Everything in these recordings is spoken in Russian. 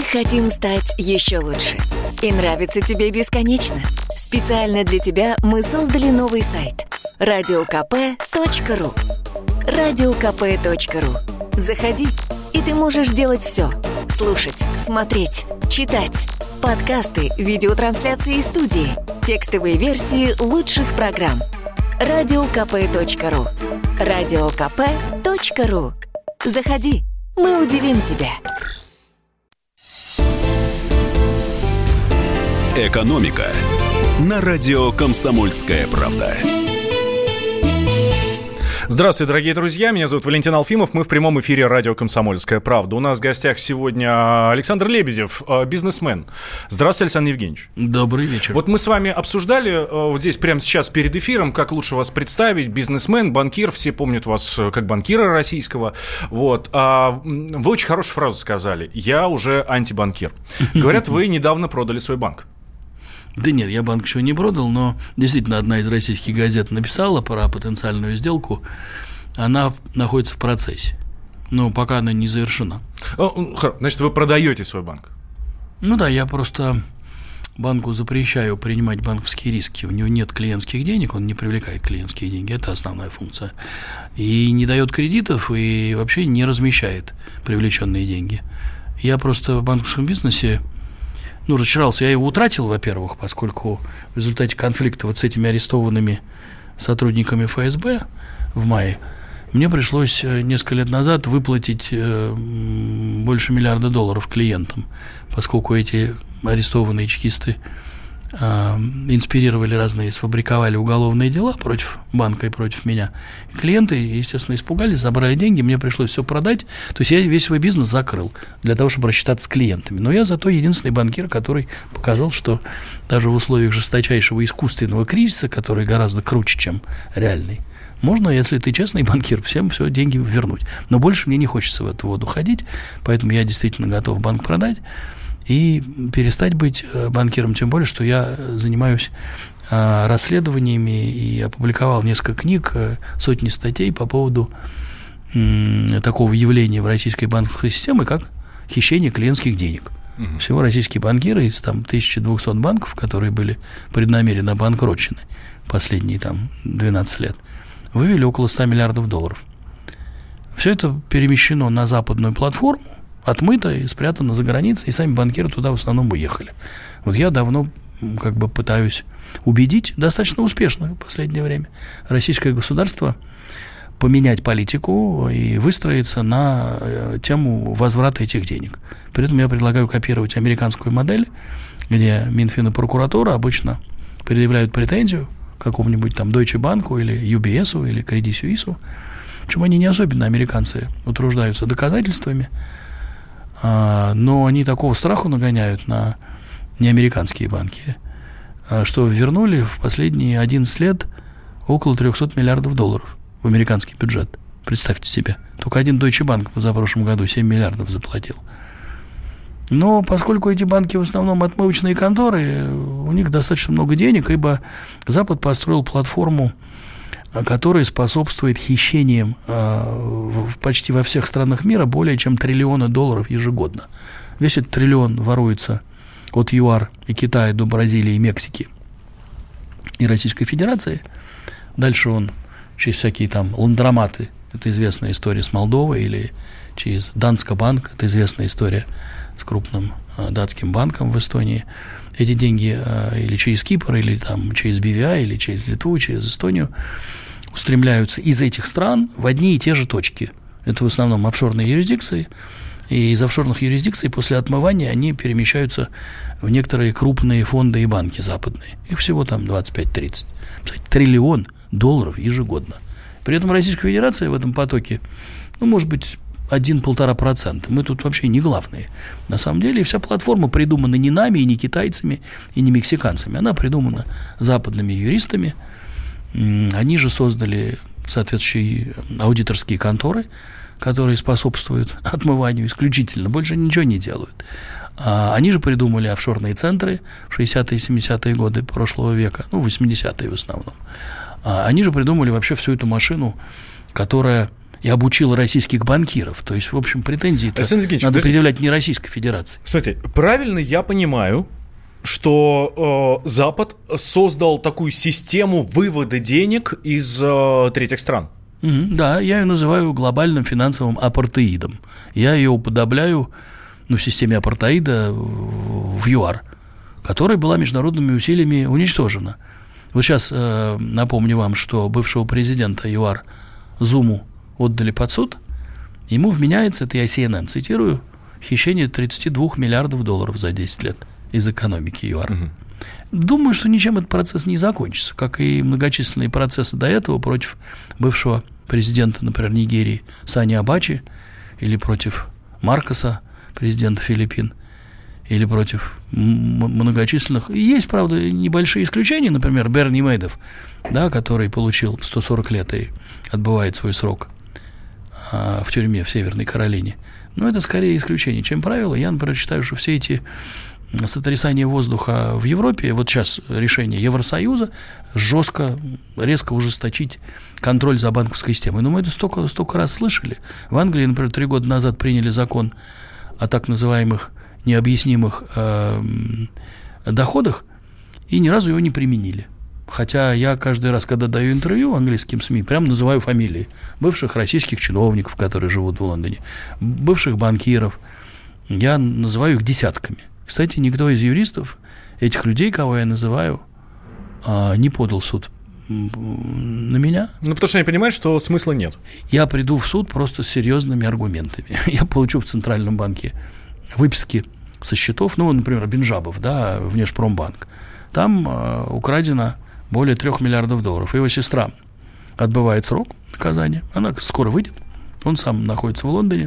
Мы хотим стать еще лучше. И нравится тебе бесконечно. Специально для тебя мы создали новый сайт – radiokp.ru. radiokp.ru. Заходи, и ты можешь делать все. Слушать, смотреть, читать. Подкасты, видеотрансляции из студии, текстовые версии лучших программ. radiokp.ru. radiokp.ru. Заходи, мы удивим тебя. «Экономика» на радио «Комсомольская правда». Здравствуйте, дорогие друзья, меня зовут Валентин Алфимов, мы в прямом эфире радио «Комсомольская правда». У нас в гостях сегодня Александр Лебедев, бизнесмен. Здравствуйте, Александр Евгеньевич. Добрый вечер. Вот мы с вами обсуждали вот здесь прямо сейчас перед эфиром, как лучше вас представить. Бизнесмен, банкир, все помнят вас как банкира российского. Вот. Вы очень хорошую фразу сказали: «Я уже антибанкир». Говорят, вы недавно продали свой банк. Да нет, я банк еще не продал, но действительно одна из российских газет написала про потенциальную сделку. Она находится в процессе, но пока она не завершена. Значит, вы продаете свой банк? Ну да, я просто банку запрещаю принимать банковские риски. У него нет клиентских денег, он не привлекает клиентские деньги, это основная функция. И не дает кредитов, и вообще не размещает привлеченные деньги. Я просто в банковском бизнесе разочаровался. Я его утратил, во-первых, поскольку в результате конфликта вот с этими арестованными сотрудниками ФСБ в мае мне пришлось несколько лет назад выплатить больше $1 миллиарда клиентам, поскольку эти арестованные чекисты инспирировали разные, сфабриковали уголовные дела против банка и против меня. И клиенты, естественно, испугались, забрали деньги, мне пришлось все продать. То есть я весь свой бизнес закрыл для того, чтобы рассчитаться с клиентами. Но я зато единственный банкир, который показал, что даже в условиях жесточайшего искусственного кризиса, который гораздо круче, чем реальный, можно, если ты честный банкир, всем все деньги вернуть. Но больше мне не хочется в эту воду ходить, поэтому я действительно готов банк продать и перестать быть банкиром, тем более, что я занимаюсь расследованиями и опубликовал несколько книг, сотни статей по поводу такого явления в российской банковской системе, как хищение клиентских денег. Всего российские банкиры из 1200 банков, которые были преднамеренно обанкрочены последние 12 лет, вывели около $100 миллиардов. Все это перемещено на западную платформу, отмыто и спрятано за границей, и сами банкиры туда в основном уехали. Вот я давно пытаюсь убедить, достаточно успешно в последнее время, российское государство поменять политику и выстроиться на тему возврата этих денег. При этом я предлагаю копировать американскую модель, где Минфин и прокуратура обычно предъявляют претензию какому-нибудь Deutsche Bank или UBS или Credit Suisse. Причем они не особенно, американцы, утруждаются доказательствами, но они такого страху нагоняют на неамериканские банки, что вернули в последние 11 лет около $300 миллиардов в американский бюджет. Представьте себе. Только один Deutsche Bank за прошлом году 7 миллиардов заплатил. Но поскольку эти банки в основном отмывочные конторы, у них достаточно много денег, ибо Запад построил платформу, которая способствует хищениям почти во всех странах мира более чем $1 триллиона ежегодно. Весь этот триллион воруется от ЮАР и Китая до Бразилии, Мексики и Российской Федерации. Дальше он через всякие ландроматы, это известная история с Молдовой, или через Danske Bank, это известная история с крупным датским банком в Эстонии. Эти деньги или через Кипр, или через BVI, или через Литву, через Эстонию устремляются из этих стран в одни и те же точки. Это в основном офшорные юрисдикции. И из офшорных юрисдикций после отмывания они перемещаются в некоторые крупные фонды и банки западные. Их всего 25-30. $1 триллион ежегодно. При этом Российская Федерация в этом потоке, может быть, 1-1,5%. Мы тут вообще не главные. На самом деле вся платформа придумана не нами, и не китайцами, и не мексиканцами. Она придумана западными юристами. Они же создали соответствующие аудиторские конторы, которые способствуют отмыванию исключительно, больше ничего не делают. Они же придумали офшорные центры в 60-е и 70-е годы прошлого века, 80-е в основном. Они же придумали вообще всю эту машину, которая и обучил российских банкиров. То есть, в общем, претензии-то надо предъявлять не Российской Федерации. Кстати, правильно я понимаю, что Запад создал такую систему вывода денег из третьих стран? Да, я ее называю глобальным финансовым апартеидом. Я ее уподобляю в системе апартеида в ЮАР, которая была международными усилиями уничтожена. Вот сейчас напомню вам, что бывшего президента ЮАР Зуму отдали под суд. Ему вменяется, это я CNN цитирую, хищение 32 миллиардов долларов за 10 лет из экономики ЮАР. Думаю, что ничем этот процесс не закончится, как и многочисленные процессы до этого против бывшего президента, например, Нигерии Сани Абачи, или против Маркоса, президента Филиппин, или против многочисленных. Есть, правда, небольшие исключения, например, Берни Мейдов, да, который получил 140 лет и отбывает свой срок в тюрьме в Северной Каролине. Но это скорее исключение, чем правило. Я, например, считаю, что все эти сотрясания воздуха в Европе, вот сейчас решение Евросоюза жестко, резко ужесточить контроль за банковской системой. Но мы это столько раз слышали. В Англии, например, 3 года назад приняли закон о так называемых необъяснимых доходах, и ни разу его не применили. Хотя я каждый раз, когда даю интервью английским СМИ, прям называю фамилии бывших российских чиновников, которые живут в Лондоне, бывших банкиров. Я называю их десятками. Кстати, никто из юристов, этих людей, кого я называю, не подал в суд на меня. Ну, потому что они понимают, что смысла нет. Я приду в суд просто с серьезными аргументами. Я получу в Центральном банке выписки со счетов, ну, например, Бенджабов, да, Внешпромбанк. Там украдено более 3 миллиардов долларов. Его сестра отбывает срок наказания. Она скоро выйдет. Он сам находится в Лондоне.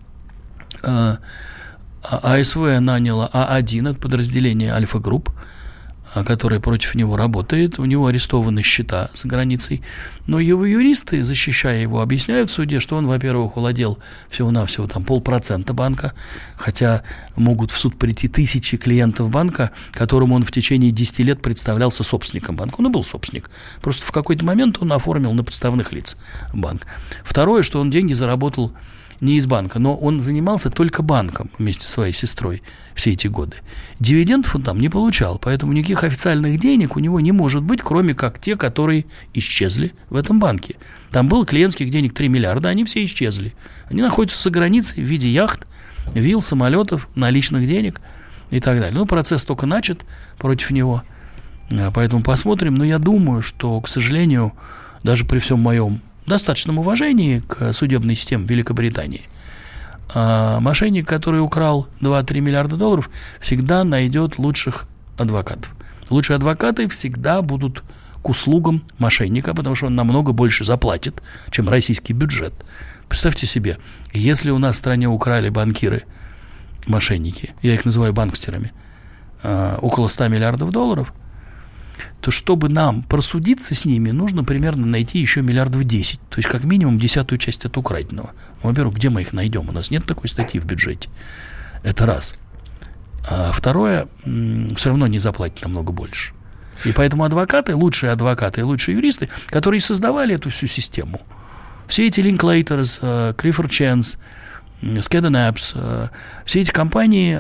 АСВ наняло А1 от подразделения Альфа-Групп, которая против него работает. У него арестованы счета за границей. Но его юристы, защищая его, объясняют в суде, что он, во-первых, владел всего-навсего там 0,5% банка, хотя могут в суд прийти тысячи клиентов банка, которому он в течение 10 лет представлялся собственником банка. Он и был собственник. Просто в какой-то момент он оформил на подставных лиц банк. Второе, что он деньги заработал не из банка, но он занимался только банком вместе со своей сестрой все эти годы. Дивидендов он там не получал, поэтому никаких официальных денег у него не может быть, кроме как те, которые исчезли в этом банке. Там было клиентских денег 3 миллиарда, они все исчезли. Они находятся за границей в виде яхт, вилл, самолетов, наличных денег и так далее. Ну, процесс только начат против него, поэтому посмотрим. Но я думаю, что, к сожалению, даже при всем моем достаточном уважении к судебной системе Великобритании, мошенник, который украл 2-3 миллиарда долларов, всегда найдет лучших адвокатов. Лучшие адвокаты всегда будут к услугам мошенника, потому что он намного больше заплатит, чем российский бюджет. Представьте себе, если у нас в стране украли банкиры, мошенники, я их называю банкстерами, около 100 миллиардов долларов, то чтобы нам просудиться с ними, нужно примерно найти еще миллиардов 10. То есть, как минимум, 10-ю часть от украденного. Во-первых, где мы их найдем? У нас нет такой статьи в бюджете. Это раз. А второе, все равно не заплатят намного больше. И поэтому адвокаты, лучшие юристы, которые создавали эту всю систему, все эти Линклейтерс, Клиффорд Ченс, Скэдден Эпс, все эти компании,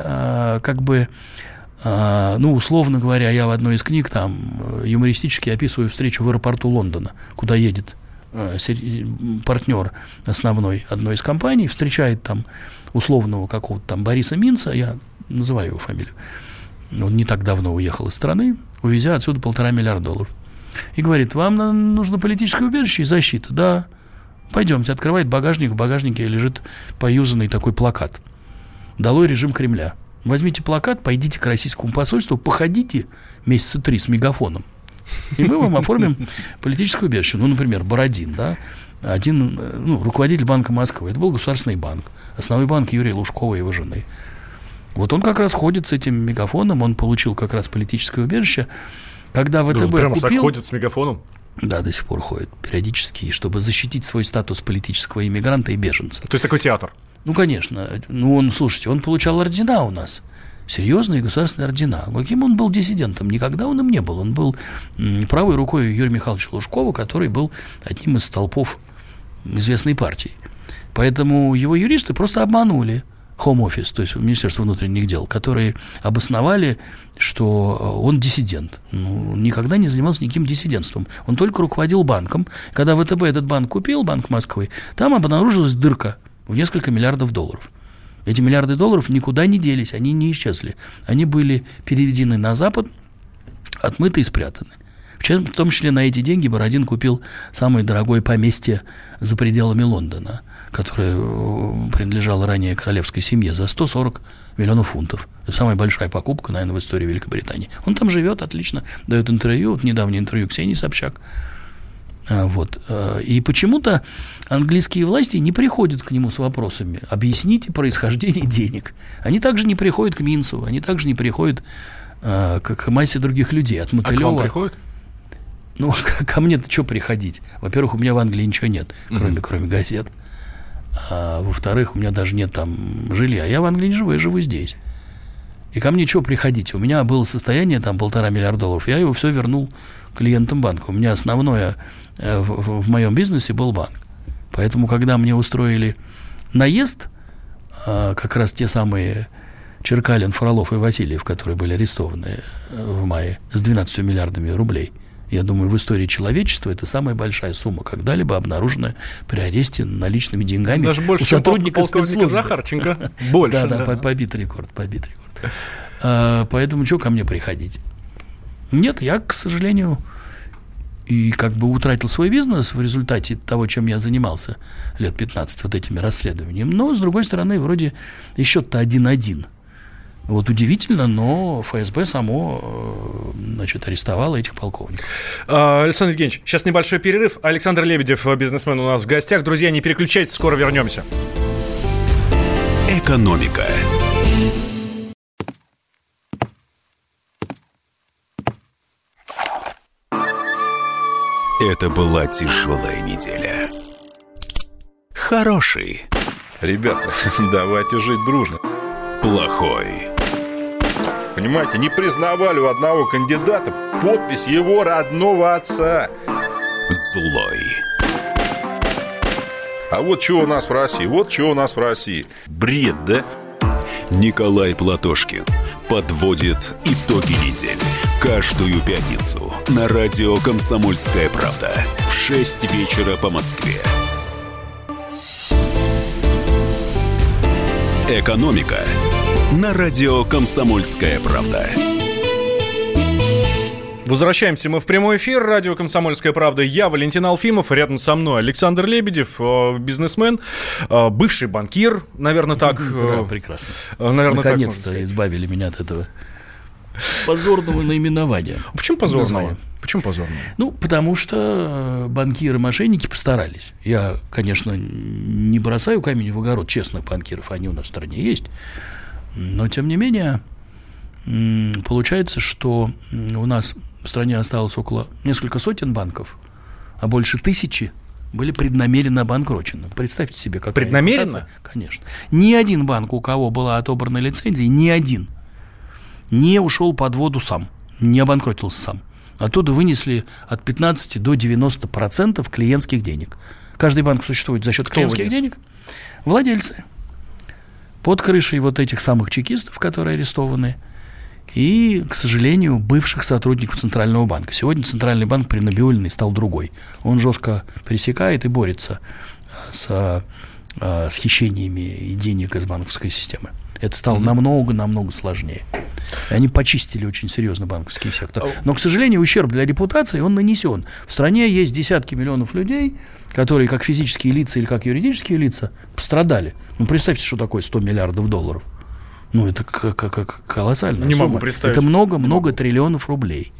ну, условно говоря, я в одной из книг там юмористически описываю встречу в аэропорту Лондона, куда едет партнер основной одной из компаний, встречает там условного какого-то там Бориса Минца, я называю его фамилию, он не так давно уехал из страны, увезя отсюда 1,5 миллиарда долларов, и говорит: вам нужно политическое убежище и защита. Да, пойдемте. Открывает багажник, в багажнике лежит поюзанный такой плакат: «Долой режим Кремля». Возьмите плакат, пойдите к российскому посольству, походите месяца 3 с мегафоном, и мы вам оформим политическое убежище. Ну, например, Бородин, да, руководитель Банка Москвы. Это был государственный банк, основной банк Юрия Лужкова и его жены. Вот он как раз ходит с этим мегафоном, он получил как раз политическое убежище. Когда ВТБ прямо купил... так ходит с мегафоном? Да, до сих пор ходит периодически, чтобы защитить свой статус политического иммигранта и беженца. То есть такой театр? Ну, конечно. Слушайте, он получал ордена у нас. Серьезные государственные ордена. Каким он был диссидентом? Никогда он им не был. Он был правой рукой Юрия Михайловича Лужкова, который был одним из столпов известной партии. Поэтому его юристы просто обманули Home Office, то есть Министерство внутренних дел, которые обосновали, что он диссидент. Он никогда не занимался никаким диссидентством. Он только руководил банком. Когда ВТБ этот банк купил, Банк Москвы, там обнаружилась дырка в несколько миллиардов долларов. Эти миллиарды долларов никуда не делись, они не исчезли. Они были переведены на Запад, отмыты и спрятаны. В том числе на эти деньги Бородин купил самое дорогое поместье за пределами Лондона, которое принадлежало ранее королевской семье, за 140 миллионов фунтов. Это самая большая покупка, наверное, в истории Великобритании. Он там живет, отлично, дает интервью. Вот недавнее интервью Ксении Собчак. Вот. И почему-то английские власти не приходят к нему с вопросами: объясните происхождение денег. Они также не приходят к Минцу, они также не приходят к массе других людей. От Мотылёва. А к вам приходят? Ну, ко мне-то что приходить? Во-первых, у меня в Англии ничего нет, кроме газет. А во-вторых, у меня даже нет там жилья. Я в Англии не живу, я живу здесь. И ко мне что приходить? У меня было состояние там 1,5 миллиарда долларов. Я его все вернул клиентам банка. У меня основное в моем бизнесе был банк. Поэтому, когда мне устроили наезд, как раз те самые Черкалин, Фролов и Васильев, которые были арестованы в мае с 12 миллиардами рублей, я думаю, в истории человечества это самая большая сумма, когда-либо обнаруженная при аресте наличными деньгами даже больше, у сотрудника спецслужбы. Захарченко. Больше. Да, побит рекорд. Поэтому что ко мне приходить? Нет, я, к сожалению, и как бы утратил свой бизнес в результате того, чем я занимался лет 15 вот этими расследованиями. Но, с другой стороны, вроде и счет-то 1-1. Вот удивительно, но ФСБ само, арестовало этих полковников. Александр Евгеньевич, сейчас небольшой перерыв. Александр Лебедев, бизнесмен, у нас в гостях. Друзья, не переключайтесь, скоро вернемся. Экономика. Это была тяжелая неделя. Хороший. Ребята, давайте жить дружно. Плохой. Понимаете, не признавали у одного кандидата подпись его родного отца. Злой. А вот что у нас в России, Бред, да? Николай Платошкин подводит итоги недели. Каждую пятницу на радио «Комсомольская правда» в 6 вечера по Москве. Экономика на радио «Комсомольская правда». Возвращаемся мы в прямой эфир. Радио «Комсомольская правда». Я Валентин Алфимов. Рядом со мной Александр Лебедев, бизнесмен, бывший банкир, наверное, так. Да, прекрасно. Наверное, наконец-то избавили меня от этого позорного наименования. Почему позорного? Почему позорного? Ну, потому что банкиры-мошенники постарались. Я, конечно, не бросаю камень в огород честных банкиров, они у нас в стране есть. Но, тем не менее, получается, что у нас в стране осталось около несколько сотен банков, а больше 1000 были преднамеренно обанкрочены. Представьте себе, какая преднамеренно? Репутация. Конечно. Ни один банк, у кого была отобрана лицензия, ни один не ушел под воду сам, не обанкротился сам. Оттуда вынесли от 15 до 90% клиентских денег. Каждый банк существует за счет клиентских денег. Владельцы. Под крышей вот этих самых чекистов, которые арестованы, и, к сожалению, бывших сотрудников Центрального банка. Сегодня Центральный банк пренабиуленный стал другой. Он жестко пресекает и борется с хищениями денег из банковской системы. Это стало намного сложнее. И они почистили очень серьезно банковский сектор. Но, к сожалению, ущерб для репутации, он нанесен. В стране есть десятки миллионов людей, которые, как физические лица или как юридические лица, пострадали. Ну, представьте, что такое 100 миллиардов долларов. Ну, это колоссальная сумма. Не могу представить. Это много триллионов рублей,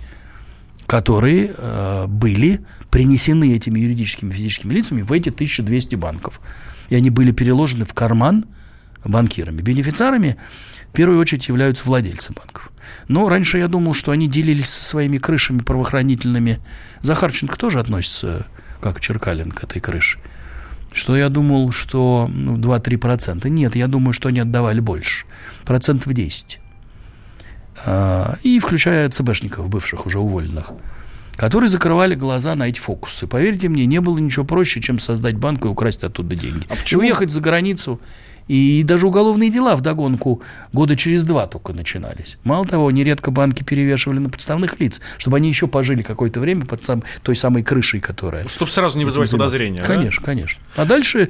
которые были принесены этими юридическими и физическими лицами в эти 1200 банков. И они были переложены в карман банкирами. Бенефициарами в первую очередь являются владельцы банков. Но раньше я думал, что они делились со своими крышами правоохранительными. Захарченко тоже относится, как Черкалин, к этой крыше. Что я думал, что 2-3%. Нет, я думаю, что они отдавали больше. 10%. И включая ЦБшников, бывших уже уволенных. которые закрывали глаза на эти фокусы. Поверьте мне, не было ничего проще, чем создать банк и украсть оттуда деньги. Уехать за границу. И даже уголовные дела вдогонку года через 2 только начинались. Мало того, нередко банки перевешивали на подставных лиц, чтобы они еще пожили какое-то время под той самой крышей, которая... Чтобы сразу не вызывать подозрения. Конечно, да? Конечно. А дальше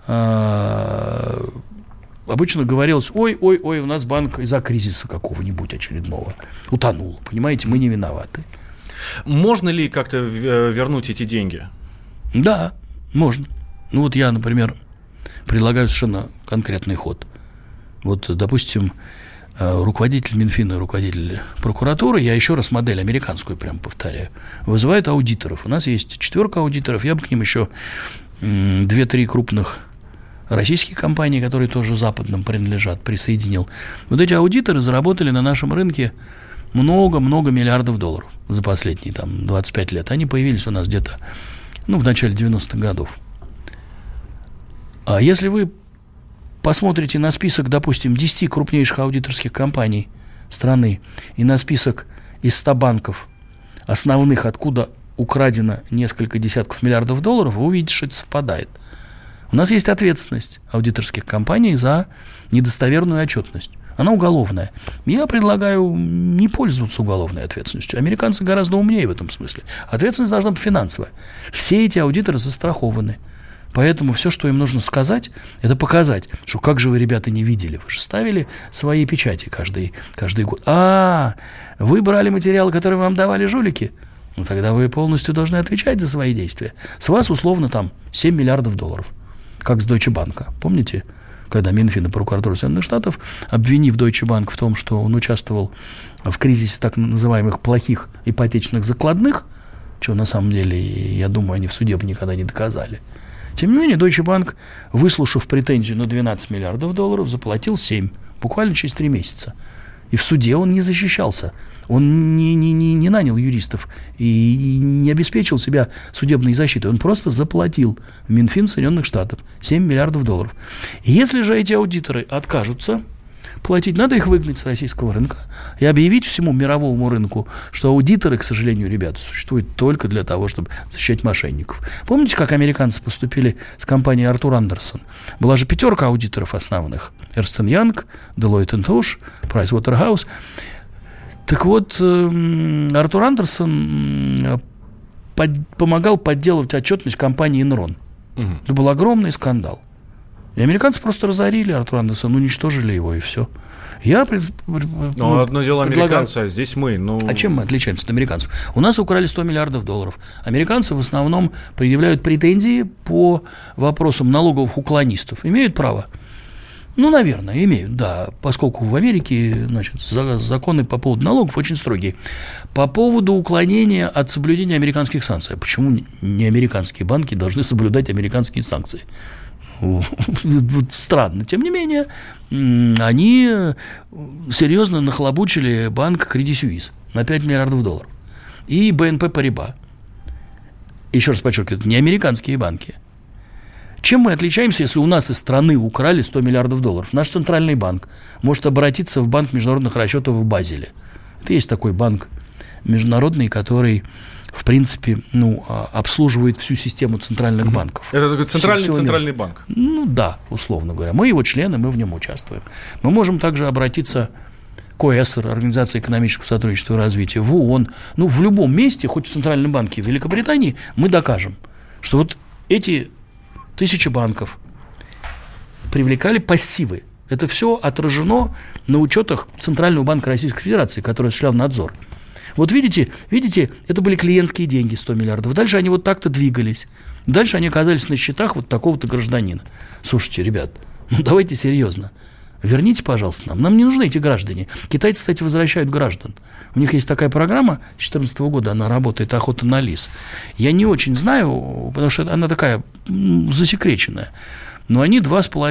обычно говорилось, ой, у нас банк из-за кризиса какого-нибудь очередного утонул. Понимаете, мы не виноваты. Можно ли как-то вернуть эти деньги? Да, можно. Ну вот я, например... предлагаю совершенно конкретный ход. Вот, допустим, руководитель Минфина, руководитель прокуратуры, я еще раз модель американскую прям повторяю, вызывают аудиторов. У нас есть 4 аудиторов, я бы к ним еще 2-3 крупных российских компаний, которые тоже западным принадлежат, присоединил. Вот эти аудиторы заработали на нашем рынке много-много миллиардов долларов за последние 25 лет. Они появились у нас где-то в начале 90-х годов. А если вы посмотрите на список, допустим, 10 крупнейших аудиторских компаний страны и на список из 100 банков основных, откуда украдено несколько десятков миллиардов долларов, вы увидите, что это совпадает. У нас есть ответственность аудиторских компаний за недостоверную отчетность. Она уголовная. Я предлагаю не пользоваться уголовной ответственностью. Американцы гораздо умнее в этом смысле. Ответственность должна быть финансовая. Все эти аудиторы застрахованы. Поэтому все, что им нужно сказать, это показать, что как же вы, ребята, не видели, вы же ставили свои печати каждый год. Вы брали материалы, которые вам давали жулики? Ну, тогда вы полностью должны отвечать за свои действия. С вас, условно, 7 миллиардов долларов, как с Deutsche Bank. Помните, когда Минфин и прокуратура Соединенных Штатов, обвинив Deutsche Bank в том, что он участвовал в кризисе так называемых плохих ипотечных закладных, чего на самом деле, я думаю, они в суде бы никогда не доказали. Тем не менее, Deutsche Bank, выслушав претензию на 12 миллиардов долларов, заплатил 7, буквально через 3 месяца. И в суде он не защищался. Он не нанял юристов и не обеспечил себя судебной защитой. Он просто заплатил в Минфин Соединенных Штатов 7 миллиардов долларов. Если же эти аудиторы откажутся платить, надо их выгнать с российского рынка и объявить всему мировому рынку, что аудиторы, к сожалению, ребята, существуют только для того, чтобы защищать мошенников. Помните, как американцы поступили с компанией Артур Андерсон? Была же 5 аудиторов основных. Эрнст & Янг, Deloitte & Touche, Pricewaterhouse. Так вот, Артур Андерсон помогал подделывать отчетность компании Enron. Это был огромный скандал. И американцы просто разорили Артура Андерсона, уничтожили его, и все. Одно дело американцы, а здесь мы. А чем мы отличаемся от американцев? У нас украли 100 миллиардов долларов. Американцы в основном предъявляют претензии по вопросам налоговых уклонистов. Имеют право? Наверное, имеют, да. Поскольку в Америке, законы по поводу налогов очень строгие. По поводу уклонения от соблюдения американских санкций. Почему не американские банки должны соблюдать американские санкции? Странно. Тем не менее, они серьезно нахлобучили банк Credit Suisse на 5 миллиардов долларов. И BNP Paribas. Еще раз подчеркиваю, это не американские банки. Чем мы отличаемся, если у нас из страны украли 100 миллиардов долларов? Наш центральный банк может обратиться в Банк международных расчетов в Базеле. Это есть такой банк международный, который, в принципе, обслуживает всю систему центральных банков. Это такой центральный банк? Да, условно говоря. Мы его члены, мы в нем участвуем. Мы можем также обратиться к ОЭСР, Организации экономического сотрудничества и развития, в ООН. В любом месте, хоть в Центральном банке в Великобритании, мы докажем, что вот эти 1000 банков привлекали пассивы. Это все отражено на учетах Центрального банка Российской Федерации, который осуществлял надзор. Вот видите, это были клиентские деньги, 100 миллиардов. Дальше они вот так-то двигались. Дальше они оказались на счетах вот такого-то гражданина. Слушайте, ребят, давайте серьезно. Верните, пожалуйста, нам. Нам не нужны эти граждане. Китайцы, кстати, возвращают граждан. У них есть такая программа, с 2014 года она работает, «Охота на лис». Я не очень знаю, потому что она такая засекреченная. Но они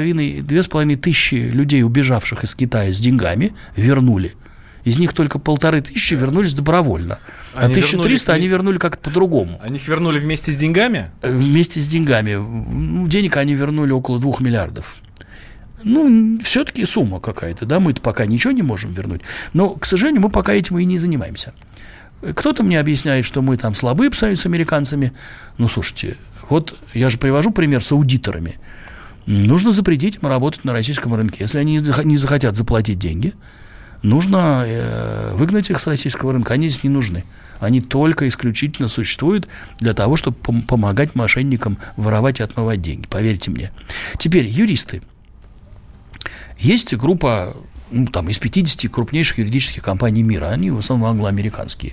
2500 людей, убежавших из Китая с деньгами, вернули. Из них только 1500 вернулись добровольно. А 1300 они вернули как-то по-другому. Они их вернули вместе с деньгами? Вместе с деньгами. Денег они вернули около 2 миллиардов. Все-таки сумма какая-то, да, мы-то пока ничего не можем вернуть. Но, к сожалению, мы пока этим и не занимаемся. Кто-то мне объясняет, что мы там слабы по сравнению с американцами. Ну, слушайте, вот я же привожу пример с аудиторами. Нужно запретить им работать на российском рынке. Если они не захотят заплатить деньги, нужно выгнать их с российского рынка. Они здесь не нужны. Они только исключительно существуют для того, чтобы помогать мошенникам воровать и отмывать деньги. Поверьте мне. Теперь юристы. Есть группа из 50 крупнейших юридических компаний мира. Они в основном англоамериканские.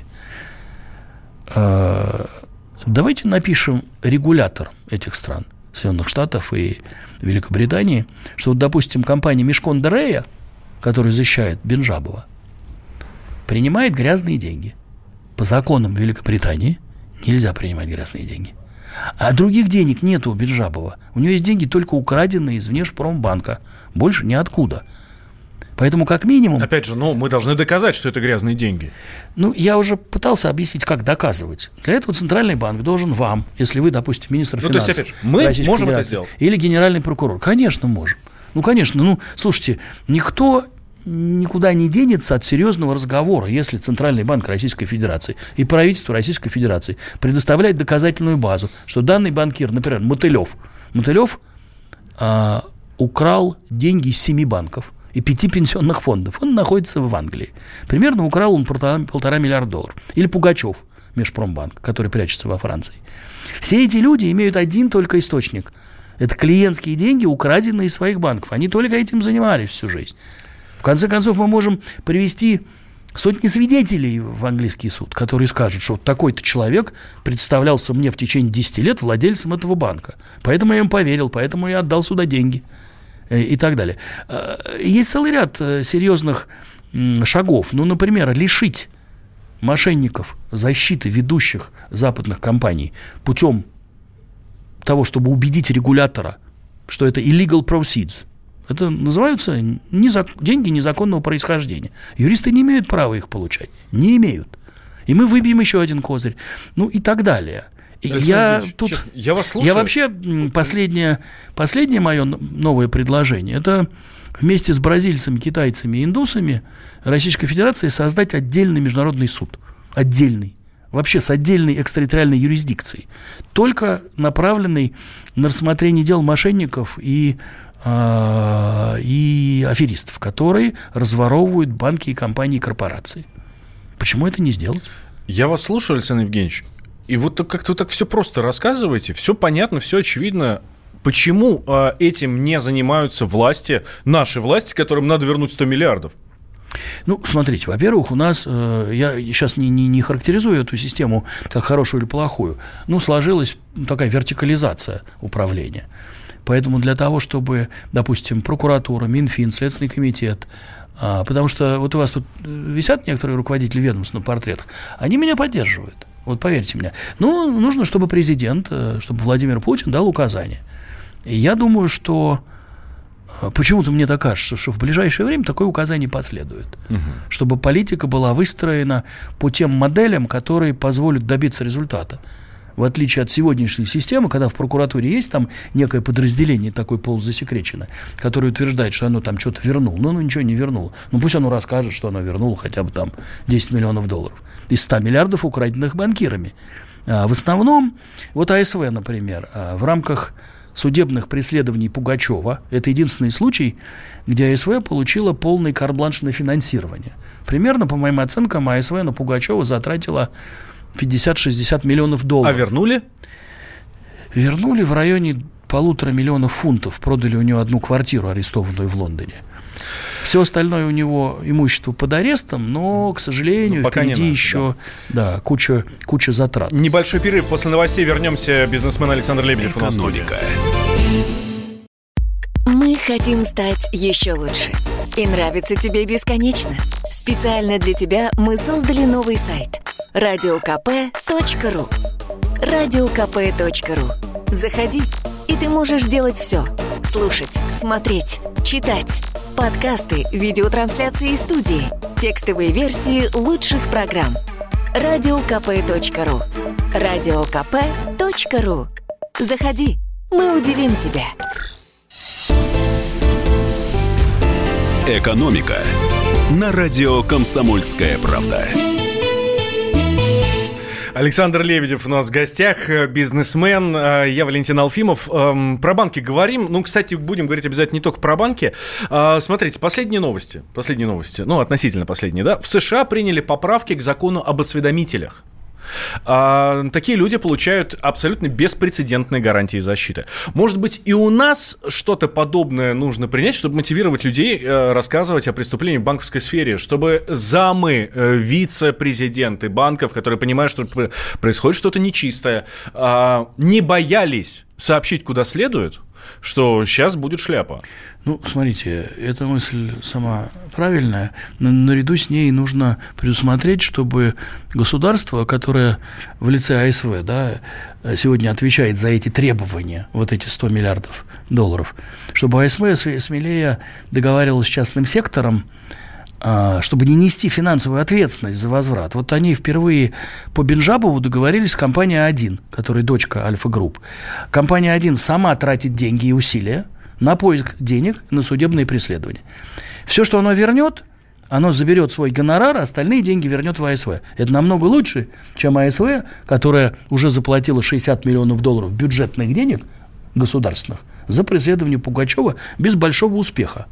Давайте напишем регуляторам этих стран, Соединенных Штатов и Великобритании, что, вот, допустим, компания Мишкон де Рея, которая защищает Бенджабова, принимает грязные деньги. По законам Великобритании нельзя принимать грязные деньги. А других денег нету у Бенджабова. У него есть деньги только украденные из Внешпромбанка. Больше ниоткуда. Поэтому, как минимум... Опять же, мы должны доказать, что это грязные деньги. Я уже пытался объяснить, как доказывать. Для этого Центральный банк должен вам, если вы, допустим, министр финансов... То есть, опять же, мы можем это сделать? Или генеральный прокурор. Конечно, можем. Конечно. Слушайте, никто никуда не денется от серьезного разговора, если Центральный банк Российской Федерации и правительство Российской Федерации предоставляет доказательную базу, что данный банкир, например, Мотылев украл деньги из 7 банков и 5 пенсионных фондов. Он находится в Англии. Примерно украл он $1,5 миллиарда. Или Пугачев, Межпромбанк, который прячется во Франции. Все эти люди имеют один только источник. Это клиентские деньги, украденные из своих банков. Они только этим занимались всю жизнь. В конце концов, мы можем привести сотни свидетелей в английский суд, которые скажут, что вот такой-то человек представлялся мне в течение 10 лет владельцем этого банка. Поэтому я им поверил, поэтому я отдал сюда деньги. И так далее. Есть целый ряд серьезных шагов. Например, лишить мошенников защиты ведущих западных компаний путем того, чтобы убедить регулятора, что это illegal proceeds. Это называются деньги незаконного происхождения. Юристы не имеют права их получать. Не имеют. И мы выбьем еще один козырь. И так далее. Я вас слушаю. Я вообще последнее мое новое предложение — это вместе с бразильцами, китайцами и индусами Российской Федерации создать отдельный международный суд. Отдельный. Вообще с отдельной экстерриториальной юрисдикцией. Только направленный на рассмотрение дел мошенников и аферистов, которые разворовывают банки и компании и корпорации. Почему это не сделать? Я вас слушаю, Александр Евгеньевич. И вот как-то так все просто рассказываете, все понятно, все очевидно. Почему этим не занимаются наши власти, которым надо вернуть 100 миллиардов? Смотрите, во-первых, у нас, я сейчас не характеризую эту систему как хорошую или плохую, сложилась такая вертикализация управления. Поэтому для того, чтобы, допустим, прокуратура, Минфин, Следственный комитет, потому что вот у вас тут висят некоторые руководители ведомств на портретах, они меня поддерживают. Вот поверьте мне. Нужно, чтобы президент, чтобы Владимир Путин дал указания. И я думаю, что почему-то мне так кажется, что в ближайшее время такое указание последует. Чтобы политика была выстроена по тем моделям, которые позволят добиться результата. В отличие от сегодняшней системы, когда в прокуратуре есть там некое подразделение такое полузасекреченное, которое утверждает, что оно там что-то вернуло. Оно ничего не вернуло. Пусть оно расскажет, что оно вернуло хотя бы там $10 миллионов из 100 миллиардов, украденных банкирами. В основном, вот АСВ, например, в рамках судебных преследований Пугачева, это единственный случай, где АСВ получила полный карт-бланш на финансирование. Примерно, по моим оценкам, АСВ на Пугачева затратила 50-60 миллионов долларов. А вернули? Вернули в районе 1,5 миллиона фунтов. Продали у него одну квартиру, арестованную в Лондоне. Все остальное у него имущество под арестом, но, к сожалению, впереди еще куча затрат. Небольшой перерыв. После новостей вернемся. Бизнесмен Александр Лебедев у нас в студии. Мы хотим стать еще лучше. И нравится тебе бесконечно. Специально для тебя мы создали новый сайт radiokp.ru. radiokp.ru. Заходи, и ты можешь делать все. Слушать, смотреть, читать. Подкасты, видеотрансляции из студии. Текстовые версии лучших программ. radiokp.ru. radiokp.ru. Заходи, мы удивим тебя. «Экономика» на радио «Комсомольская правда». Александр Лебедев у нас в гостях, бизнесмен. Я Валентин Алфимов. Про банки говорим. Ну, кстати, будем говорить обязательно не только про банки. Смотрите, последние новости. Ну, относительно последние, да. В США приняли поправки к закону об осведомителях. Такие люди получают абсолютно беспрецедентные гарантии защиты. Может быть, и у нас что-то подобное нужно принять, чтобы мотивировать людей рассказывать о преступлениях в банковской сфере, чтобы замы, вице-президенты банков, которые понимают, что происходит что-то нечистое, не боялись сообщить куда следует, что сейчас будет шляпа. Ну, смотрите, эта мысль сама правильная, но наряду с ней нужно предусмотреть, чтобы государство, которое в лице АСВ, да, сегодня отвечает за эти требования, вот эти 100 миллиардов долларов, чтобы АСВ смелее договаривалось с частным сектором, чтобы не нести финансовую ответственность за возврат. Вот они впервые по Бенджабову договорились с компанией А1, которая дочка Альфа-Групп. Компания А1 сама тратит деньги и усилия на поиск денег, на судебные преследования. Все, что оно вернет, оно заберет свой гонорар, а остальные деньги вернет в АСВ. Это намного лучше, чем АСВ, которая уже заплатила 60 миллионов долларов бюджетных денег государственных за преследование Пугачева без большого успеха.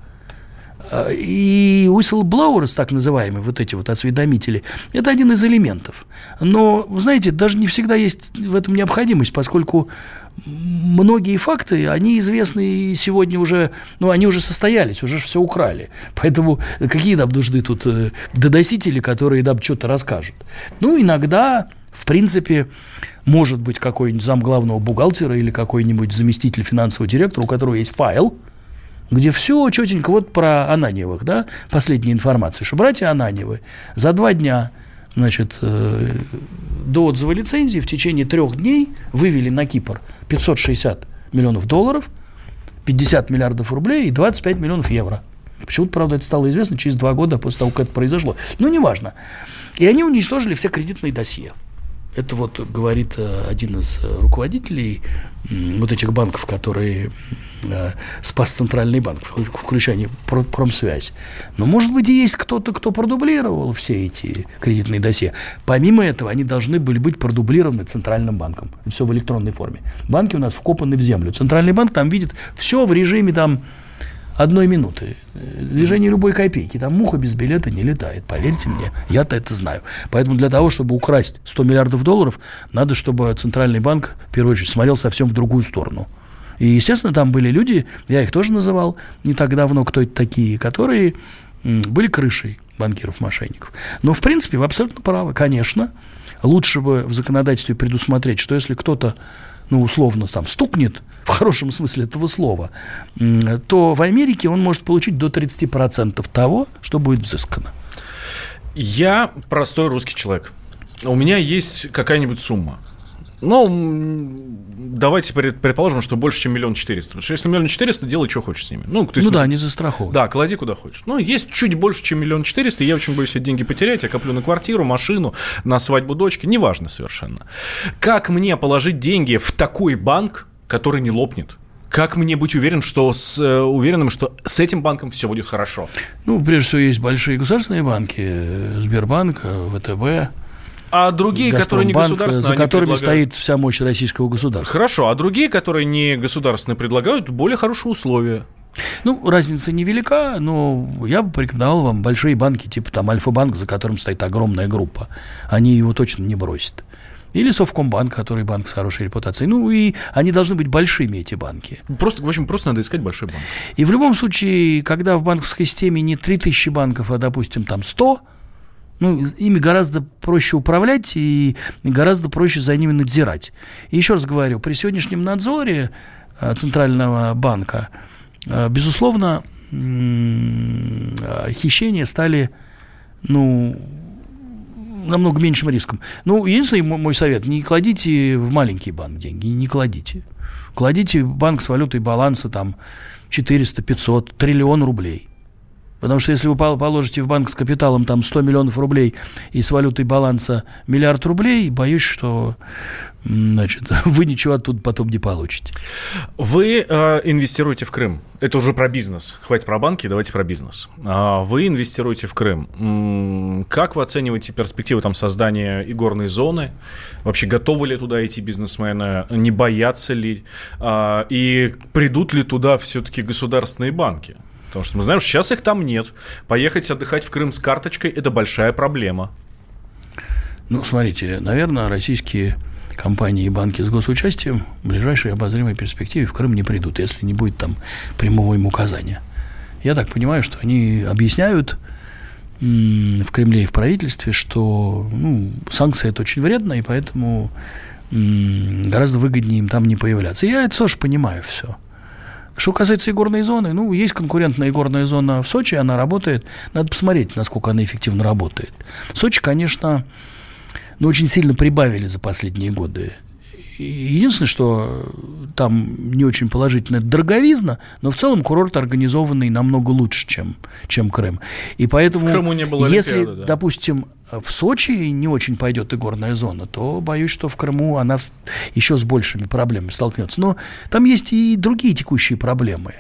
И whistleblowers, так называемые, вот эти вот осведомители, это один из элементов. Но, вы знаете, даже не всегда есть в этом необходимость, поскольку многие факты, они известны сегодня уже, ну, они уже состоялись, уже все украли. Поэтому какие нам нужны тут доносители, которые нам что-то расскажут? Ну, иногда, в принципе, может быть какой-нибудь замглавного бухгалтера или какой-нибудь заместитель финансового директора, у которого есть файл, где все четенько, вот про Ананьевых, да, последняя информация, что братья Ананьевы за 2 дня, значит, до отзыва лицензии в течение 3 дней вывели на Кипр 560 миллионов долларов, 50 миллиардов рублей и 25 миллионов евро. Почему-то, правда, это стало известно через 2 года после того, как это произошло. Но неважно. И они уничтожили все кредитные досье. Это вот говорит один из руководителей вот этих банков, которые спас Центральный банк, включая Промсвязь. Но, может быть, и есть кто-то, кто продублировал все эти кредитные досье. Помимо этого, они должны были быть продублированы Центральным банком. Все в электронной форме. Банки у нас вкопаны в землю. Центральный банк там видит все в режиме там 1 минуты. Движение любой копейки. Там муха без билета не летает. Поверьте мне, я-то это знаю. Поэтому для того, чтобы украсть 100 миллиардов долларов, надо, чтобы Центральный банк, в первую очередь, смотрел совсем в другую сторону. И, естественно, там были люди, я их тоже называл не так давно, кто это такие, которые были крышей банкиров-мошенников. Но, в принципе, вы абсолютно правы. Конечно, лучше бы в законодательстве предусмотреть, что если кто-то, ну, условно, там, стукнет, в хорошем смысле этого слова, то в Америке он может получить до 30% того, что будет взыскано. Я простой русский человек. У меня есть какая-нибудь сумма. Ну, давайте предположим, что больше, чем 1 400 000. Потому что если 1 400 000, делай, что хочешь с ними. Ну, то есть, да, не застрахован. Да, клади куда хочешь. Ну, есть чуть больше, чем 1 400 000, я очень боюсь эти деньги потерять. Я коплю на квартиру, машину, на свадьбу дочки. Неважно совершенно. Как мне положить деньги в такой банк, который не лопнет? Как мне быть уверенным, что с этим банком все будет хорошо? Ну, прежде всего, есть большие государственные банки. Сбербанк, ВТБ. А другие, которые не государственные, за которыми стоит вся мощь российского государства. Хорошо, а другие, которые не государственные, предлагают более хорошие условия. Ну, разница невелика, но я бы порекомендовал вам большие банки, типа там Альфа-банк, за которым стоит огромная группа. Они его точно не бросят. Или Совкомбанк, который банк с хорошей репутацией. Ну, и они должны быть большими, эти банки. В общем, просто надо искать большой банк. И в любом случае, когда в банковской системе не 3000 банков, а, допустим, там 100, ну, ими гораздо проще управлять и гораздо проще за ними надзирать. И еще раз говорю, при сегодняшнем надзоре Центрального банка, безусловно, хищения стали, ну, намного меньшим риском. Ну, единственный мой совет, не кладите в маленький банк деньги, не кладите. Кладите в банк с валютой баланса там 400, 500, триллион рублей. Потому что если вы положите в банк с капиталом там 100 миллионов рублей и с валютой баланса миллиард рублей, боюсь, что вы ничего оттуда потом не получите. Вы инвестируете в Крым. Это уже про бизнес. Хватит про банки, давайте про бизнес. Вы инвестируете в Крым. Как вы оцениваете перспективы там создания игорной зоны? Вообще готовы ли туда идти бизнесмены? Не боятся ли? И придут ли туда все-таки государственные банки? Потому что мы знаем, что сейчас их там нет. Поехать отдыхать в Крым с карточкой – это большая проблема. Ну, смотрите, наверное, российские компании и банки с госучастием в ближайшей обозримой перспективе в Крым не придут, если не будет там прямого им указания. Я так понимаю, что они объясняют в Кремле и в правительстве, что санкции – это очень вредно, и поэтому гораздо выгоднее им там не появляться. Я это тоже понимаю все. Что касается игорной зоны, есть конкурентная игорная зона в Сочи, она работает. Надо посмотреть, насколько она эффективно работает. Сочи, конечно, очень сильно прибавили за последние годы. Единственное, что там не очень положительно, это дороговизна, но в целом курорт организованный намного лучше, чем Крым. И поэтому, в Крыму не было если, Олимпиады, да. допустим, в Сочи не очень пойдет игорная зона, то боюсь, что в Крыму она еще с большими проблемами столкнется. Но там есть и другие текущие проблемы.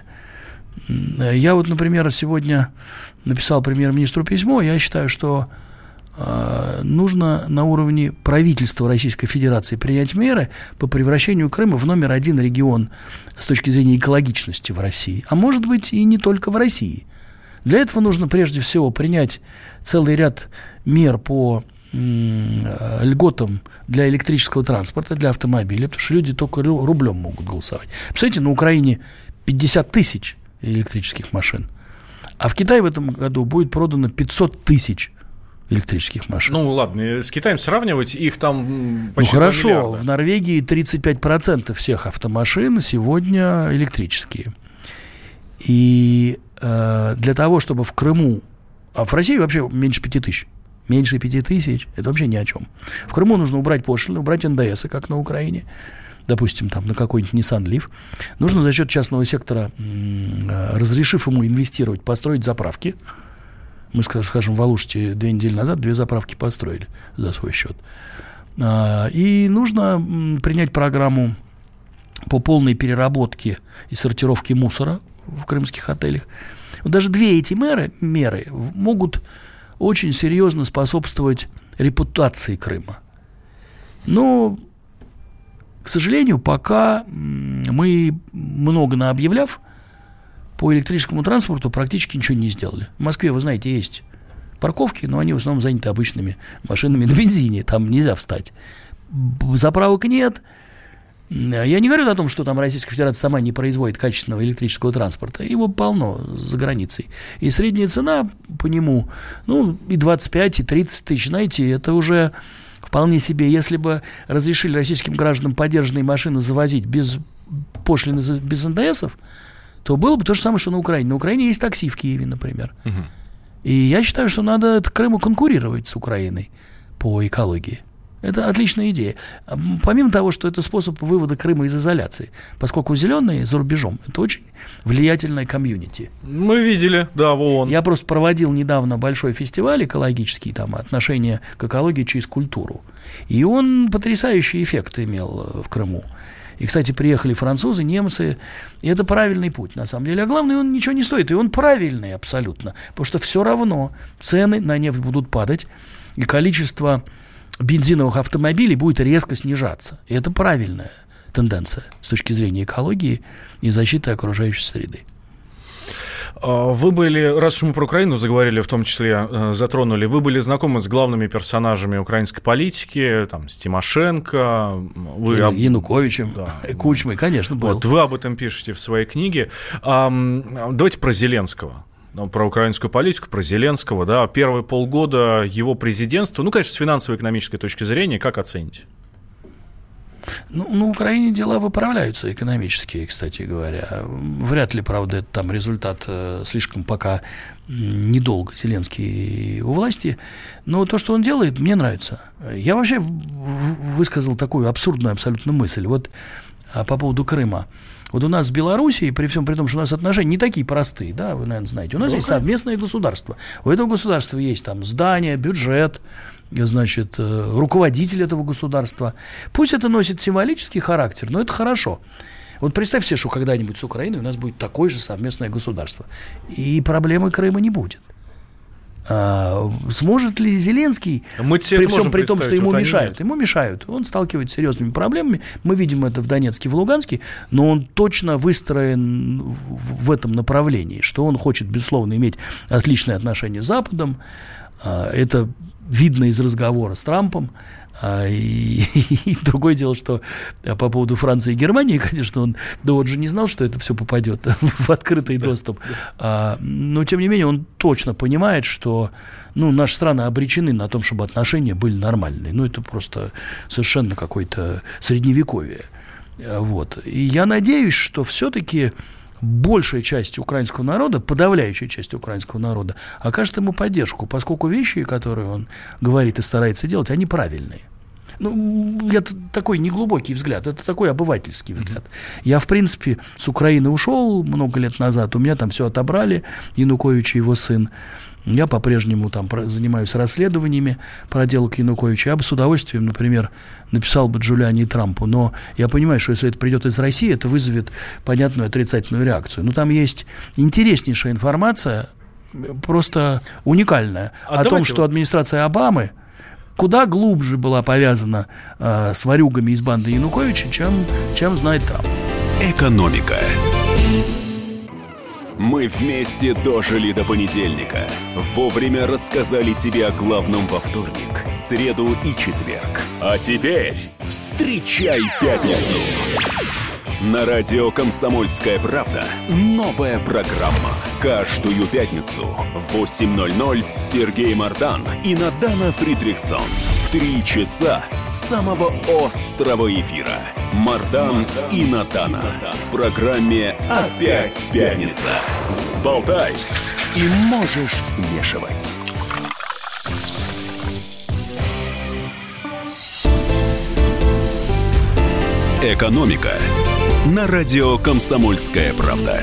Я вот, например, сегодня написал премьер-министру письмо. Я считаю, что нужно на уровне правительства Российской Федерации принять меры по превращению Крыма в номер один регион с точки зрения экологичности в России, а может быть и не только в России. Для этого нужно прежде всего принять целый ряд мер по льготам для электрического транспорта, для автомобилей, потому что люди только рублем могут голосовать. Представляете, на Украине 50 тысяч электрических машин, а в Китае в этом году будет продано 500 тысяч электрических машин. Ну, ладно, с Китаем сравнивать, их там почти 2 хорошо, миллиарда. В Норвегии 35% всех автомашин сегодня электрические. И для того, чтобы в Крыму... А в России вообще меньше 5 тысяч. Меньше 5 тысяч – это вообще ни о чем. В Крыму нужно убрать пошлины, убрать НДС, как на Украине. Допустим, там, на какой-нибудь Nissan Leaf. Нужно за счет частного сектора, разрешив ему инвестировать, построить заправки. Мы, скажем, в Алуште 2 недели назад 2 заправки построили за свой счет. И нужно принять программу по полной переработке и сортировке мусора в крымских отелях. Вот даже 2 эти меры могут очень серьезно способствовать репутации Крыма. Но, к сожалению, пока мы, много наобъявляв, по электрическому транспорту практически ничего не сделали. В Москве, вы знаете, есть парковки, но они в основном заняты обычными машинами на бензине. Там нельзя встать. Заправок нет. Я не говорю о том, что там Российская Федерация сама не производит качественного электрического транспорта. Его полно за границей. И средняя цена по нему, и 25, и 30 тысяч, знаете, это уже вполне себе. Если бы разрешили российским гражданам подержанные машины завозить без пошлины, без НДСов, то было бы то же самое, что на Украине. На Украине есть такси в Киеве, например. Угу. И я считаю, что надо Крыму конкурировать с Украиной по экологии. Это отличная идея. Помимо того, что это способ вывода Крыма из изоляции, поскольку зеленые за рубежом – это очень влиятельное комьюнити. Мы видели, да, в ООН. Я просто проводил недавно большой фестиваль экологический, там, отношение к экологии через культуру. И он потрясающий эффект имел в Крыму. И, кстати, приехали французы, немцы, и это правильный путь, на самом деле. А главное, он ничего не стоит, и он правильный абсолютно, потому что все равно цены на нефть будут падать, и количество бензиновых автомобилей будет резко снижаться. И это правильная тенденция с точки зрения экологии и защиты окружающей среды. Вы были, раз уж мы про Украину заговорили, в том числе затронули, вы были знакомы с главными персонажами украинской политики, там, с Тимошенко, Януковичем, да. Кучмой, конечно, был. Вот, вы об этом пишете в своей книге. Давайте про Зеленского. Про украинскую политику, про Зеленского, да, первые полгода его президентства, конечно, с финансово-экономической точки зрения, как оцените? На Украине дела выправляются экономические, кстати говоря. Вряд ли, правда, это там результат слишком пока недолго Зеленский у власти. Но то, что он делает, мне нравится. Я вообще высказал такую абсурдную абсолютно мысль. Вот по поводу Крыма. Вот у нас с Белоруссией, при всем при том, что у нас отношения не такие простые, да, вы, наверное, знаете, у нас есть совместное государство. У этого государства есть там здание, бюджет, значит, руководитель этого государства. Пусть это носит символический характер, но это хорошо. Вот представь себе, что когда-нибудь с Украиной у нас будет такое же совместное государство, и проблемы Крыма не будет. Сможет ли Зеленский, при всем при том, что ему мешают? Ему мешают. Он сталкивается с серьезными проблемами. Мы видим это в Донецке, в Луганске, но он точно выстроен в этом направлении, что он хочет, безусловно, иметь отличные отношения с Западом. Это видно из разговора с Трампом. И другое дело, что по поводу Франции и Германии, конечно, он же не знал, что это все попадет в открытый доступ. Но, тем не менее, он точно понимает, что наши страны обречены на том, чтобы отношения были нормальные. Это просто совершенно какое-то средневековье. Вот. И я надеюсь, что все-таки большая часть украинского народа, подавляющая часть украинского народа, окажет ему поддержку, поскольку вещи, которые он говорит и старается делать, они правильные. Это такой неглубокий взгляд, это такой обывательский взгляд. Я, в принципе, с Украины ушел много лет назад, у меня там все отобрали, Янукович и его сын. Я по-прежнему там занимаюсь расследованиями проделок Януковича. Я бы с удовольствием, например, написал бы Джулиани и Трампу, но я понимаю, что если это придет из России, это вызовет понятную отрицательную реакцию. Но там есть интереснейшая информация, просто уникальная, о том, что администрация Обамы куда глубже была повязана с ворюгами из банды Януковича, чем знает Трамп. Экономика. Мы вместе дожили до понедельника. Вовремя рассказали тебе о главном во вторник, среду и четверг. А теперь встречай пятницу. На радио «Комсомольская правда» новая программа. Каждую пятницу в 8:00 Сергей Мардан и Надана Фридрихсон. 3 часа самого острого эфира. Мардан и Надана. В программе «Опять пятница». Взболтай и можешь смешивать. Экономика на радио «Комсомольская правда».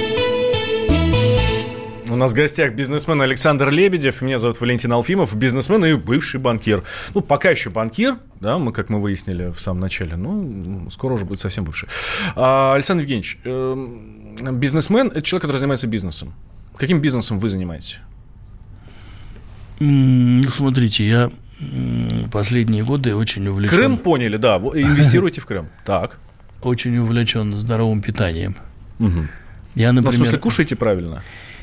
У нас в гостях бизнесмен Александр Лебедев. Меня зовут Валентин Алфимов. Бизнесмен и бывший банкир. Пока еще банкир, да, как мы выяснили в самом начале. Скоро уже будет совсем бывший. Александр Евгеньевич, бизнесмен – это человек, который занимается бизнесом. Каким бизнесом вы занимаетесь? Смотрите, я последние годы очень увлечен. Крым поняли, да. Инвестируйте в Крым. Так. Очень увлечен здоровым питанием. Угу. Я, например, в смысле, кушаете правильно?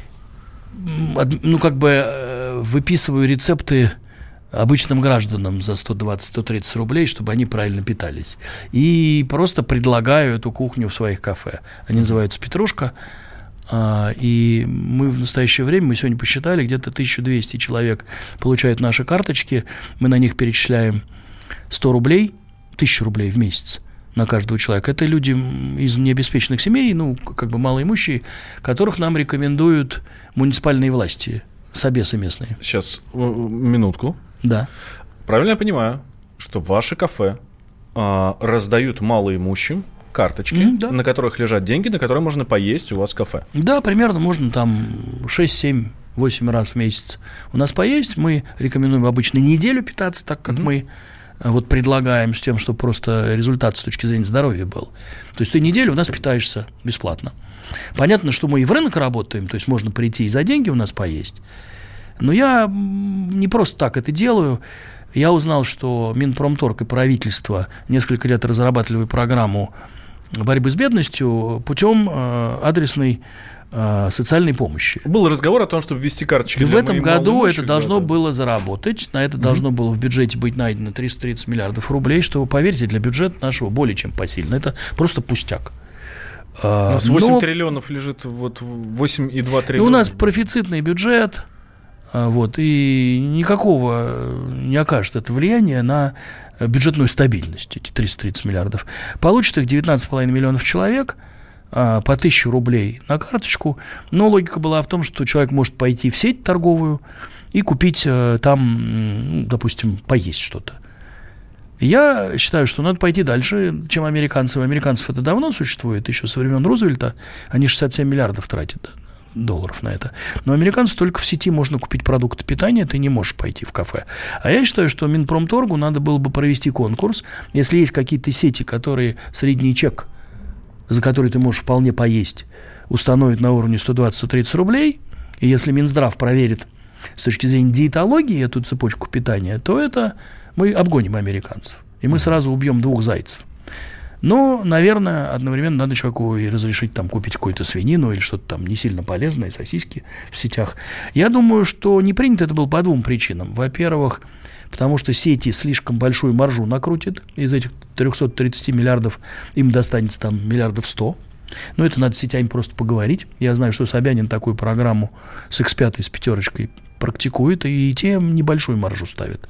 Выписываю рецепты обычным гражданам за 120-130 рублей, чтобы они правильно питались. И просто предлагаю эту кухню в своих кафе. Они называются «Петрушка». И мы в настоящее время, мы сегодня посчитали, где-то 1200 человек получают наши карточки. Мы на них перечисляем 100 рублей, 1000 рублей в месяц на каждого человека. Это люди из необеспеченных семей, малоимущие, которых нам рекомендуют муниципальные власти, собесы местные. Сейчас, минутку. Да. Правильно я понимаю, что ваши кафе раздают малоимущим карточки, да, на которых лежат деньги, на которые можно поесть у вас в кафе? Да, примерно можно там 6, 7, 8 раз в месяц у нас поесть. Мы рекомендуем обычно неделю питаться, так как мы предлагаем с тем, чтобы просто результат с точки зрения здоровья был. То есть ты неделю у нас питаешься бесплатно. Понятно, что мы и в рынок работаем, то есть можно прийти и за деньги у нас поесть. Но я не просто так это делаю. Я узнал, что Минпромторг и правительство несколько лет разрабатывали программу борьбы с бедностью путем адресной социальной помощи. Был разговор о том, чтобы ввести карточки. И в этом году это должно было заработать. На это должно было в бюджете быть найдено 330 миллиардов рублей, что, поверьте, для бюджета нашего более чем посильно. Это просто пустяк. У нас 8 триллионов лежит, 8,2 триллиона. У нас профицитный бюджет, и никакого не окажет это влияния на бюджетную стабильность, эти 330 миллиардов. Получит их 19,5 миллионов человек по 1000 рублей на карточку. Но логика была в том, что человек может пойти в сеть торговую и купить там, допустим, поесть что-то. Я считаю, что надо пойти дальше, чем американцы. У американцев это давно существует, еще со времен Рузвельта. Они 67 миллиардов тратят долларов на это. Но американцу только в сети можно купить продукты питания, ты не можешь пойти в кафе. А я считаю, что Минпромторгу надо было бы провести конкурс. Если есть какие-то сети, которые средний чек, за который ты можешь вполне поесть, установят на уровне 120-130 рублей, и если Минздрав проверит с точки зрения диетологии эту цепочку питания, то это мы обгоним американцев. И мы сразу убьем 2 зайцев. Но, наверное, одновременно надо человеку и разрешить там купить какую-то свинину или что-то там не сильно полезное, сосиски в сетях. Я думаю, что не принято это было по 2 причинам. Во-первых, потому что сети слишком большую маржу накрутят. Из этих 330 миллиардов им достанется там 100 миллиардов. Но это надо с сетями просто поговорить. Я знаю, что Собянин такую программу с X5, с 5 практикует, и те небольшую маржу ставят.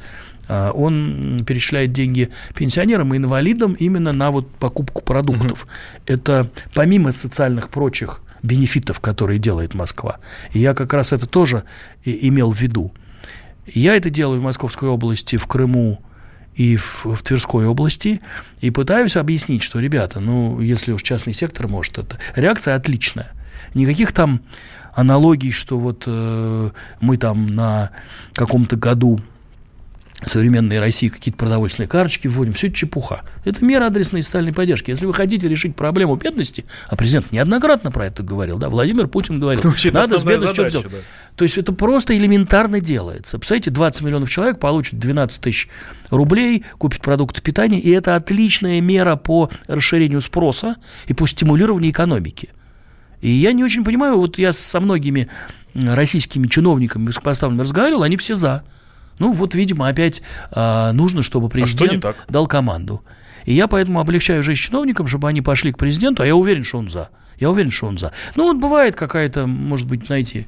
Он перечисляет деньги пенсионерам и инвалидам именно на вот покупку продуктов. Это помимо социальных прочих бенефитов, которые делает Москва. И я как раз это тоже имел в виду. Я это делаю в Московской области, в Крыму и в Тверской области, и пытаюсь объяснить, что, ребята, ну, если уж частный сектор может это... Реакция отличная. Никаких там аналогий, что вот мы там на каком-то году современной России какие-то продовольственные карточки вводим, все это чепуха. Это мера адресной социальной поддержки. Если вы хотите решить проблему бедности, а президент неоднократно про это говорил, да, Владимир Путин говорил, надо с бедностью что-то сделать. Да. То есть это просто элементарно делается. Представляете, 20 миллионов человек получат 12 тысяч рублей, купят продукты питания, и это отличная мера по расширению спроса и по стимулированию экономики. И я не очень понимаю, вот я со многими российскими чиновниками высокопоставленными разговаривал, они все за. Ну, вот, видимо, опять нужно, чтобы президент дал команду. И я поэтому облегчаю жизнь чиновникам, чтобы они пошли к президенту, а я уверен, что он за. Ну, вот бывает какая-то, может быть, знаете,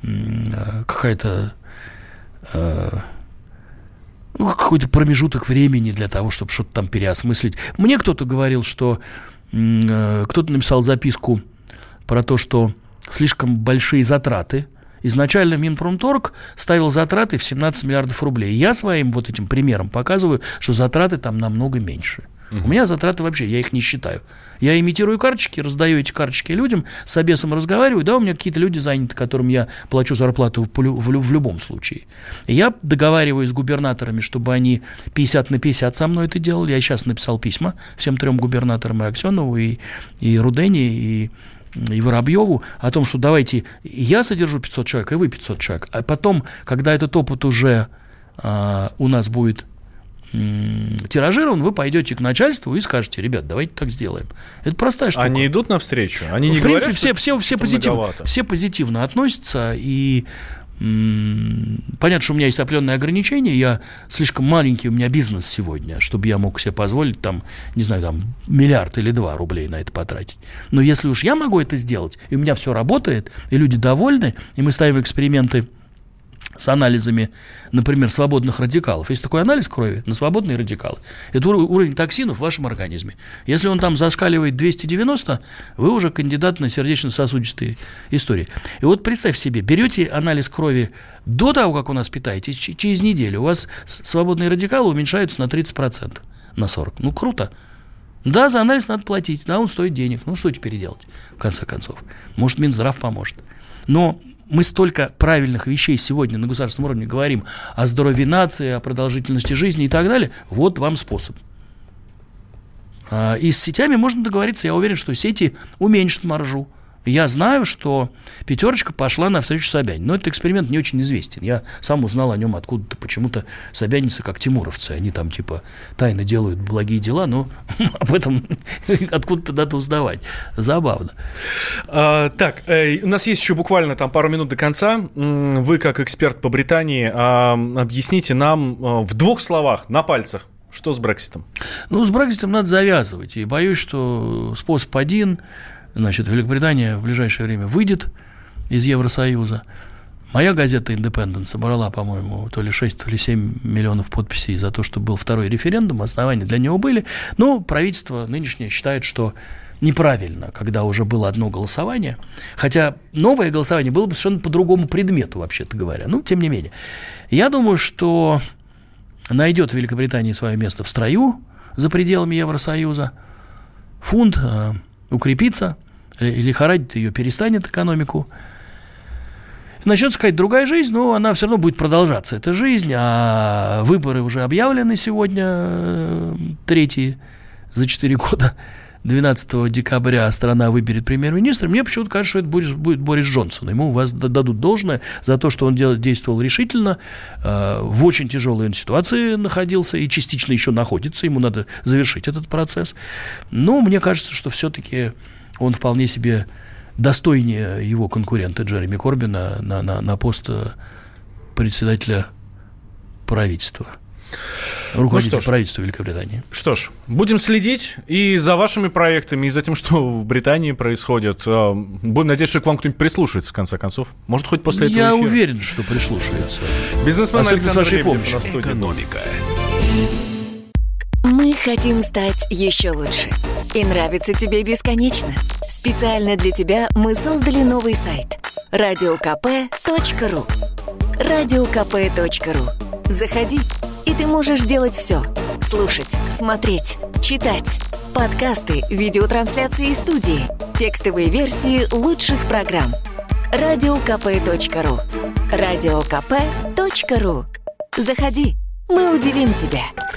какой-то промежуток времени для того, чтобы что-то там переосмыслить. Мне кто-то говорил, что кто-то написал записку про то, что слишком большие затраты. Изначально Минпромторг ставил затраты в 17 миллиардов рублей. Я своим вот этим примером показываю, что затраты там намного меньше. У меня затраты вообще, я их не считаю. Я имитирую карточки, раздаю эти карточки людям, с обесом разговариваю, да, у меня какие-то люди заняты, которым я плачу зарплату в любом случае. Я договариваюсь с губернаторами, чтобы они 50/50 со мной это делали. Я сейчас написал письма всем 3 губернаторам, и Аксенову, и Рудене, и Воробьеву, о том, что давайте я содержу 500 человек, и вы 500 человек. А потом, когда этот опыт уже у нас будет тиражирован, вы пойдете к начальству и скажете: ребят, давайте так сделаем. Это простая штука. Они идут навстречу? Они не в принципе, говорят, все позитивно относятся, и понятно, что у меня есть определенные ограничения, я слишком маленький, у меня бизнес сегодня, чтобы я мог себе позволить там, не знаю, там 1 миллиард или 2 рублей на это потратить. Но если уж я могу это сделать, и у меня все работает, и люди довольны, и мы ставим эксперименты с анализами, например, свободных радикалов. Есть такой анализ крови на свободные радикалы. Это уровень токсинов в вашем организме. Если он там зашкаливает 290, вы уже кандидат на сердечно-сосудистые истории. И вот представь себе, берете анализ крови до того, как у нас питаетесь, через неделю у вас свободные радикалы уменьшаются на 30%, на 40%. Ну, круто. Да, за анализ надо платить, да, он стоит денег. Ну, что теперь делать, в конце концов? Может, Минздрав поможет. Но мы столько правильных вещей сегодня на государственном уровне говорим о здоровье нации, о продолжительности жизни и так далее. Вот вам способ. И с сетями можно договориться. Я уверен, что сети уменьшат маржу. Я знаю, что 5 пошла навстречу Собянину. Но этот эксперимент не очень известен. Я сам узнал о нем откуда-то. Почему-то собянинцы как тимуровцы. Они там типа тайно делают благие дела, но об этом откуда-то надо узнавать. Забавно. Так, у нас есть еще буквально там пару минут до конца. Вы, как эксперт по Британии, объясните нам в 2 словах, на пальцах, что с Брекситом? Ну, с Брекситом надо завязывать. И боюсь, что способ один. Значит, Великобритания в ближайшее время выйдет из Евросоюза. Моя газета «Индепендент» собрала, по-моему, то ли 6, то ли 7 миллионов подписей за то, что был второй референдум, основания для него были. Но правительство нынешнее считает, что неправильно, когда уже было одно голосование. Хотя новое голосование было бы совершенно по другому предмету, вообще-то говоря. Ну, тем не менее. Я думаю, что найдет в Великобритании свое место в строю за пределами Евросоюза, фунт укрепится, лихорадить ее перестанет экономику. Начнется какая-то другая жизнь, но она все равно будет продолжаться, эта жизнь, а выборы уже объявлены сегодня, третьи за 4 года. 12 декабря страна выберет премьер-министра. Мне почему-то кажется, что это будет Борис Джонсон. Ему вас дадут должное за то, что он действовал решительно, в очень тяжелой ситуации находился и частично еще находится. Ему надо завершить этот процесс. Но мне кажется, что все-таки он вполне себе достойнее его конкурента Джереми Корбина на пост председателя правительства. Руководитель правительства Великобритании. Что ж, будем следить и за вашими проектами, и за тем, что в Британии происходит. Будем надеяться, что к вам кто-нибудь прислушается, в конце концов. Может, хоть после этого эфира. Я уверен, что прислушается. Бизнесмен Александр Лебедев на студии. Экономика. Мы хотим стать еще лучше. И нравится тебе бесконечно. Специально для тебя мы создали новый сайт radiokp.ru. radiokp.ru. Заходи, и ты можешь делать все. Слушать, смотреть, читать. Подкасты, видеотрансляции из студии, текстовые версии лучших программ. radiokp.ru. radiokp.ru. Заходи, мы удивим тебя.